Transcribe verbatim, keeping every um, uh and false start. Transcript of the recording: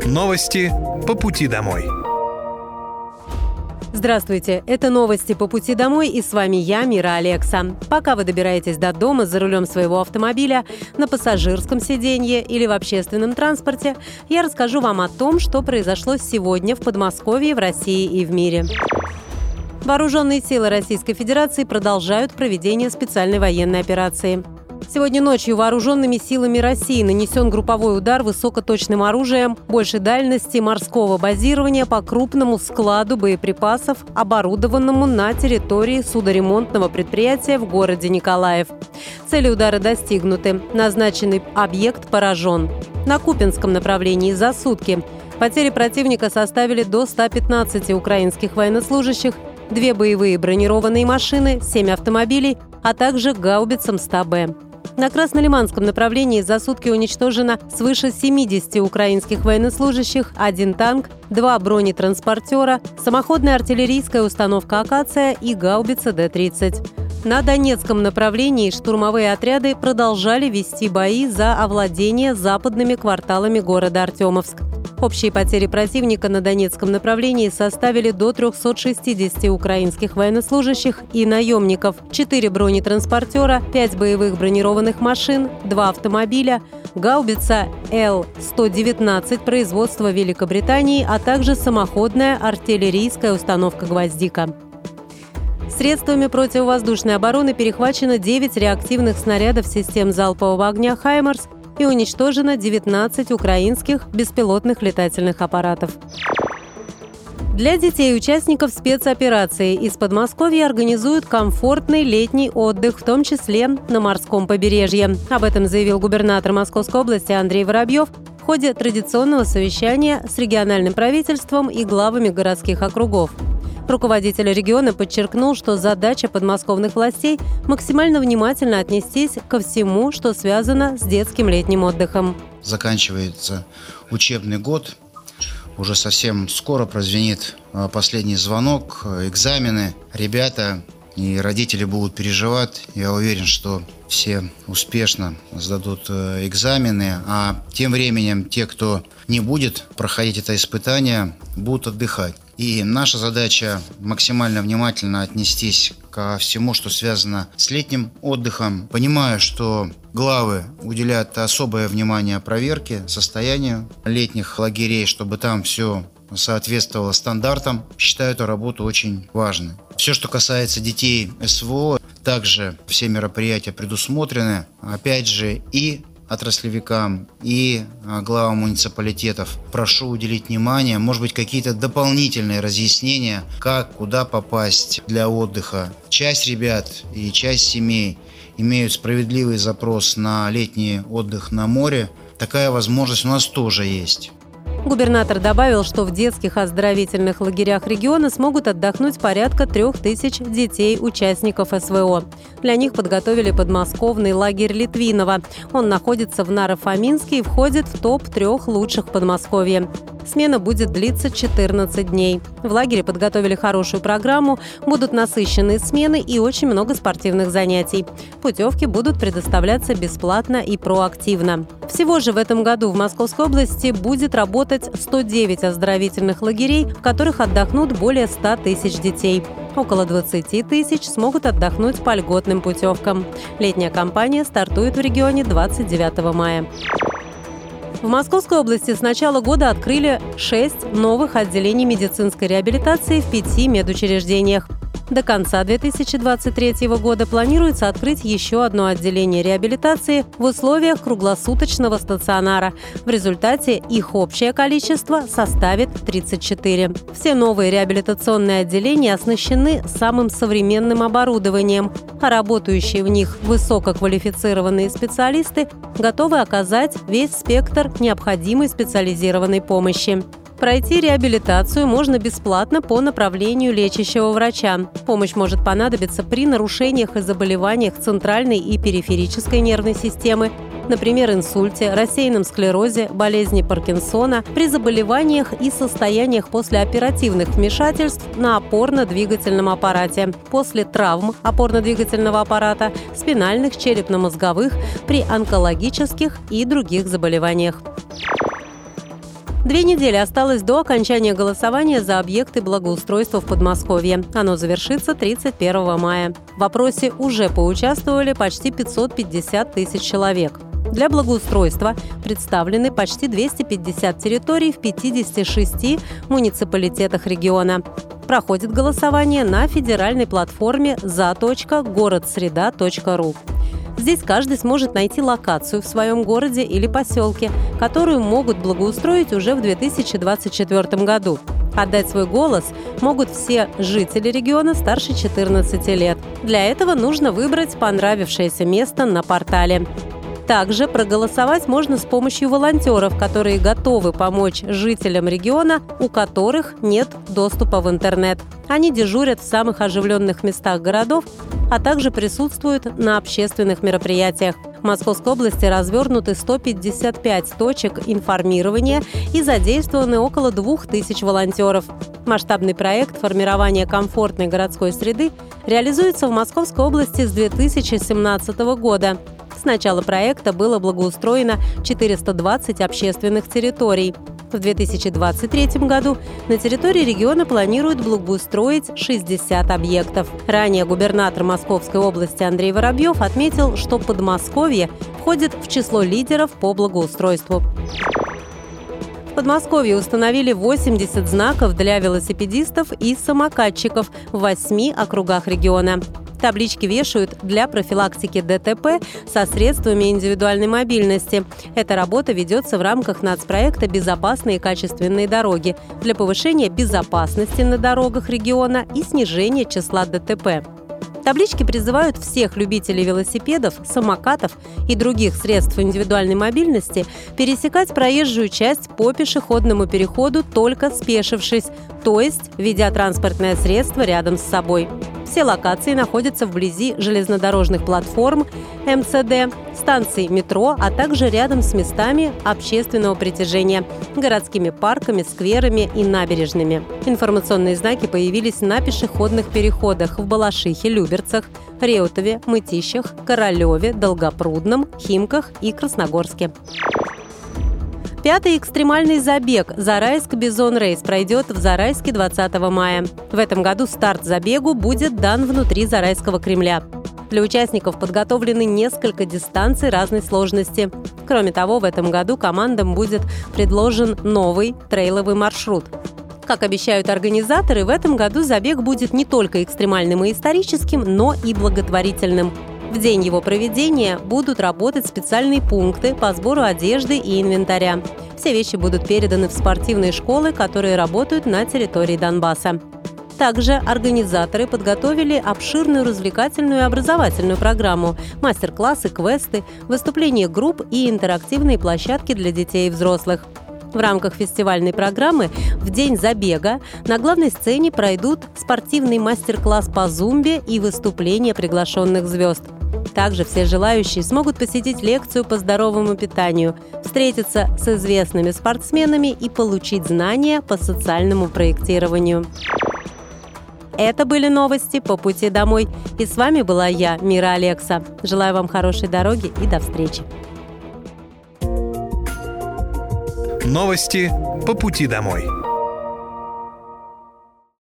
Новости по пути домой. Здравствуйте, это новости по пути домой, и с вами я, Мира Алекса. Пока вы добираетесь до дома за рулем своего автомобиля, на пассажирском сиденье или в общественном транспорте, я расскажу вам о том, что произошло сегодня в Подмосковье, в России и в мире. Вооруженные силы Российской Федерации продолжают проведение специальной военной операции. Сегодня ночью вооруженными силами России нанесен групповой удар высокоточным оружием большей дальности морского базирования по крупному складу боеприпасов, оборудованному на территории судоремонтного предприятия в городе Николаев. Цели удара достигнуты. Назначенный объект поражен. На Купинском направлении за сутки потери противника составили до ста пятнадцати украинских военнослужащих, две боевые бронированные машины, семь автомобилей, а также гаубица эм ста бэ. На Краснолиманском направлении за сутки уничтожено свыше семидесяти украинских военнослужащих, один танк, два бронетранспортера, самоходная артиллерийская установка «Акация» и гаубица дэ тридцать. На Донецком направлении штурмовые отряды продолжали вести бои за овладение западными кварталами города Артемовск. Общие потери противника на Донецком направлении составили до трёхсот шестидесяти украинских военнослужащих и наемников, четыре бронетранспортера, пять боевых бронированных машин, два автомобиля, гаубица эл сто девятнадцать производства Великобритании, а также самоходная артиллерийская установка «Гвоздика». Средствами противовоздушной обороны перехвачено девять реактивных снарядов систем залпового огня «Хаймарс» и уничтожено девятнадцать украинских беспилотных летательных аппаратов. Для детей участников спецоперации из Подмосковья организуют комфортный летний отдых, в том числе на морском побережье. Об этом заявил губернатор Московской области Андрей Воробьев в ходе традиционного совещания с региональным правительством и главами городских округов. Руководитель региона подчеркнул, что задача подмосковных властей – максимально внимательно отнестись ко всему, что связано с детским летним отдыхом. Заканчивается учебный год. Уже совсем скоро прозвенит последний звонок, экзамены. Ребята и родители будут переживать. Я уверен, что все успешно сдадут экзамены. А тем временем те, кто не будет проходить это испытание, будут отдыхать. И наша задача максимально внимательно отнестись ко всему, что связано с летним отдыхом. Понимаю, что главы уделяют особое внимание проверке состоянию летних лагерей, чтобы там все соответствовало стандартам. Считаю эту работу очень важной. Все, что касается детей эс вэ о, также все мероприятия предусмотрены. Опять же, и отраслевикам и главам муниципалитетов прошу уделить внимание, может быть, какие-то дополнительные разъяснения, как, куда попасть для отдыха. Часть ребят и часть семей имеют справедливый запрос на летний отдых на море. Такая возможность у нас тоже есть. Губернатор добавил, что в детских оздоровительных лагерях региона смогут отдохнуть порядка трех тысяч детей, участников эс вэ о. Для них подготовили подмосковный лагерь Литвинова. Он находится в Наро-Фоминске и входит в топ трех лучших Подмосковья. Смена будет длиться четырнадцать дней. В лагере подготовили хорошую программу, будут насыщенные смены и очень много спортивных занятий. Путевки будут предоставляться бесплатно и проактивно. Всего же в этом году в Московской области будет работать сто девять оздоровительных лагерей, в которых отдохнут более ста тысяч детей. Около двадцати тысяч смогут отдохнуть по льготным путевкам. Летняя кампания стартует в регионе двадцать девятого мая. В Московской области с начала года открыли шесть новых отделений медицинской реабилитации в пяти медучреждениях. До конца две тысячи двадцать третьего года планируется открыть еще одно отделение реабилитации в условиях круглосуточного стационара. В результате их общее количество составит тридцать четыре. Все новые реабилитационные отделения оснащены самым современным оборудованием, а работающие в них высококвалифицированные специалисты готовы оказать весь спектр необходимой специализированной помощи. Пройти реабилитацию можно бесплатно по направлению лечащего врача. Помощь может понадобиться при нарушениях и заболеваниях центральной и периферической нервной системы, например, инсульте, рассеянном склерозе, болезни Паркинсона, при заболеваниях и состояниях после оперативных вмешательств на опорно-двигательном аппарате, после травм опорно-двигательного аппарата, спинальных, черепно-мозговых, при онкологических и других заболеваниях. Две недели осталось до окончания голосования за объекты благоустройства в Подмосковье. Оно завершится тридцать первого мая. В опросе уже поучаствовали почти пятьсот пятьдесят тысяч человек. Для благоустройства представлены почти двести пятьдесят территорий в пятидесяти шести муниципалитетах региона. Проходит голосование на федеральной платформе за точка город среда точка ру. Здесь каждый сможет найти локацию в своем городе или поселке, которую могут благоустроить уже в две тысячи двадцать четвёртом году. Отдать свой голос могут все жители региона старше четырнадцати лет. Для этого нужно выбрать понравившееся место на портале. Также проголосовать можно с помощью волонтеров, которые готовы помочь жителям региона, у которых нет доступа в интернет. Они дежурят в самых оживленных местах городов, а также присутствуют на общественных мероприятиях. В Московской области развернуты сто пятьдесят пять точек информирования и задействованы около двух тысяч волонтеров. Масштабный проект формирования комфортной городской среды реализуется в Московской области с две тысячи семнадцатого года. С начала проекта было благоустроено четыреста двадцать общественных территорий. В две тысячи двадцать третьем году на территории региона планируют благоустроить шестьдесят объектов. Ранее губернатор Московской области Андрей Воробьев отметил, что Подмосковье входит в число лидеров по благоустройству. В Подмосковье установили восемьдесят знаков для велосипедистов и самокатчиков в восьми округах региона. Таблички вешают для профилактики ДТП со средствами индивидуальной мобильности. Эта работа ведется в рамках нацпроекта «Безопасные и качественные дороги» для повышения безопасности на дорогах региона и снижения числа ДТП. Таблички призывают всех любителей велосипедов, самокатов и других средств индивидуальной мобильности пересекать проезжую часть по пешеходному переходу, только спешившись, то есть ведя транспортное средство рядом с собой. Все локации находятся вблизи железнодорожных платформ, эм цэ дэ, станций метро, а также рядом с местами общественного притяжения, городскими парками, скверами и набережными. Информационные знаки появились на пешеходных переходах в Балашихе, Люберцах, Реутове, Мытищах, Королеве, Долгопрудном, Химках и Красногорске. Пятый экстремальный забег «Зарайск Бизон Рейс» пройдет в Зарайске двадцатого мая. В этом году старт забегу будет дан внутри Зарайского Кремля. Для участников подготовлены несколько дистанций разной сложности. Кроме того, в этом году командам будет предложен новый трейловый маршрут. Как обещают организаторы, в этом году забег будет не только экстремальным и историческим, но и благотворительным. В день его проведения будут работать специальные пункты по сбору одежды и инвентаря. Все вещи будут переданы в спортивные школы, которые работают на территории Донбасса. Также организаторы подготовили обширную развлекательную и образовательную программу, мастер-классы, квесты, выступления групп и интерактивные площадки для детей и взрослых. В рамках фестивальной программы в день забега на главной сцене пройдут спортивный мастер-класс по зумбе и выступления приглашенных звезд. Также все желающие смогут посетить лекцию по здоровому питанию, встретиться с известными спортсменами и получить знания по социальному проектированию. Это были новости по пути домой. И с вами была я, Мира Алекса. Желаю вам хорошей дороги и до встречи. Новости по пути домой.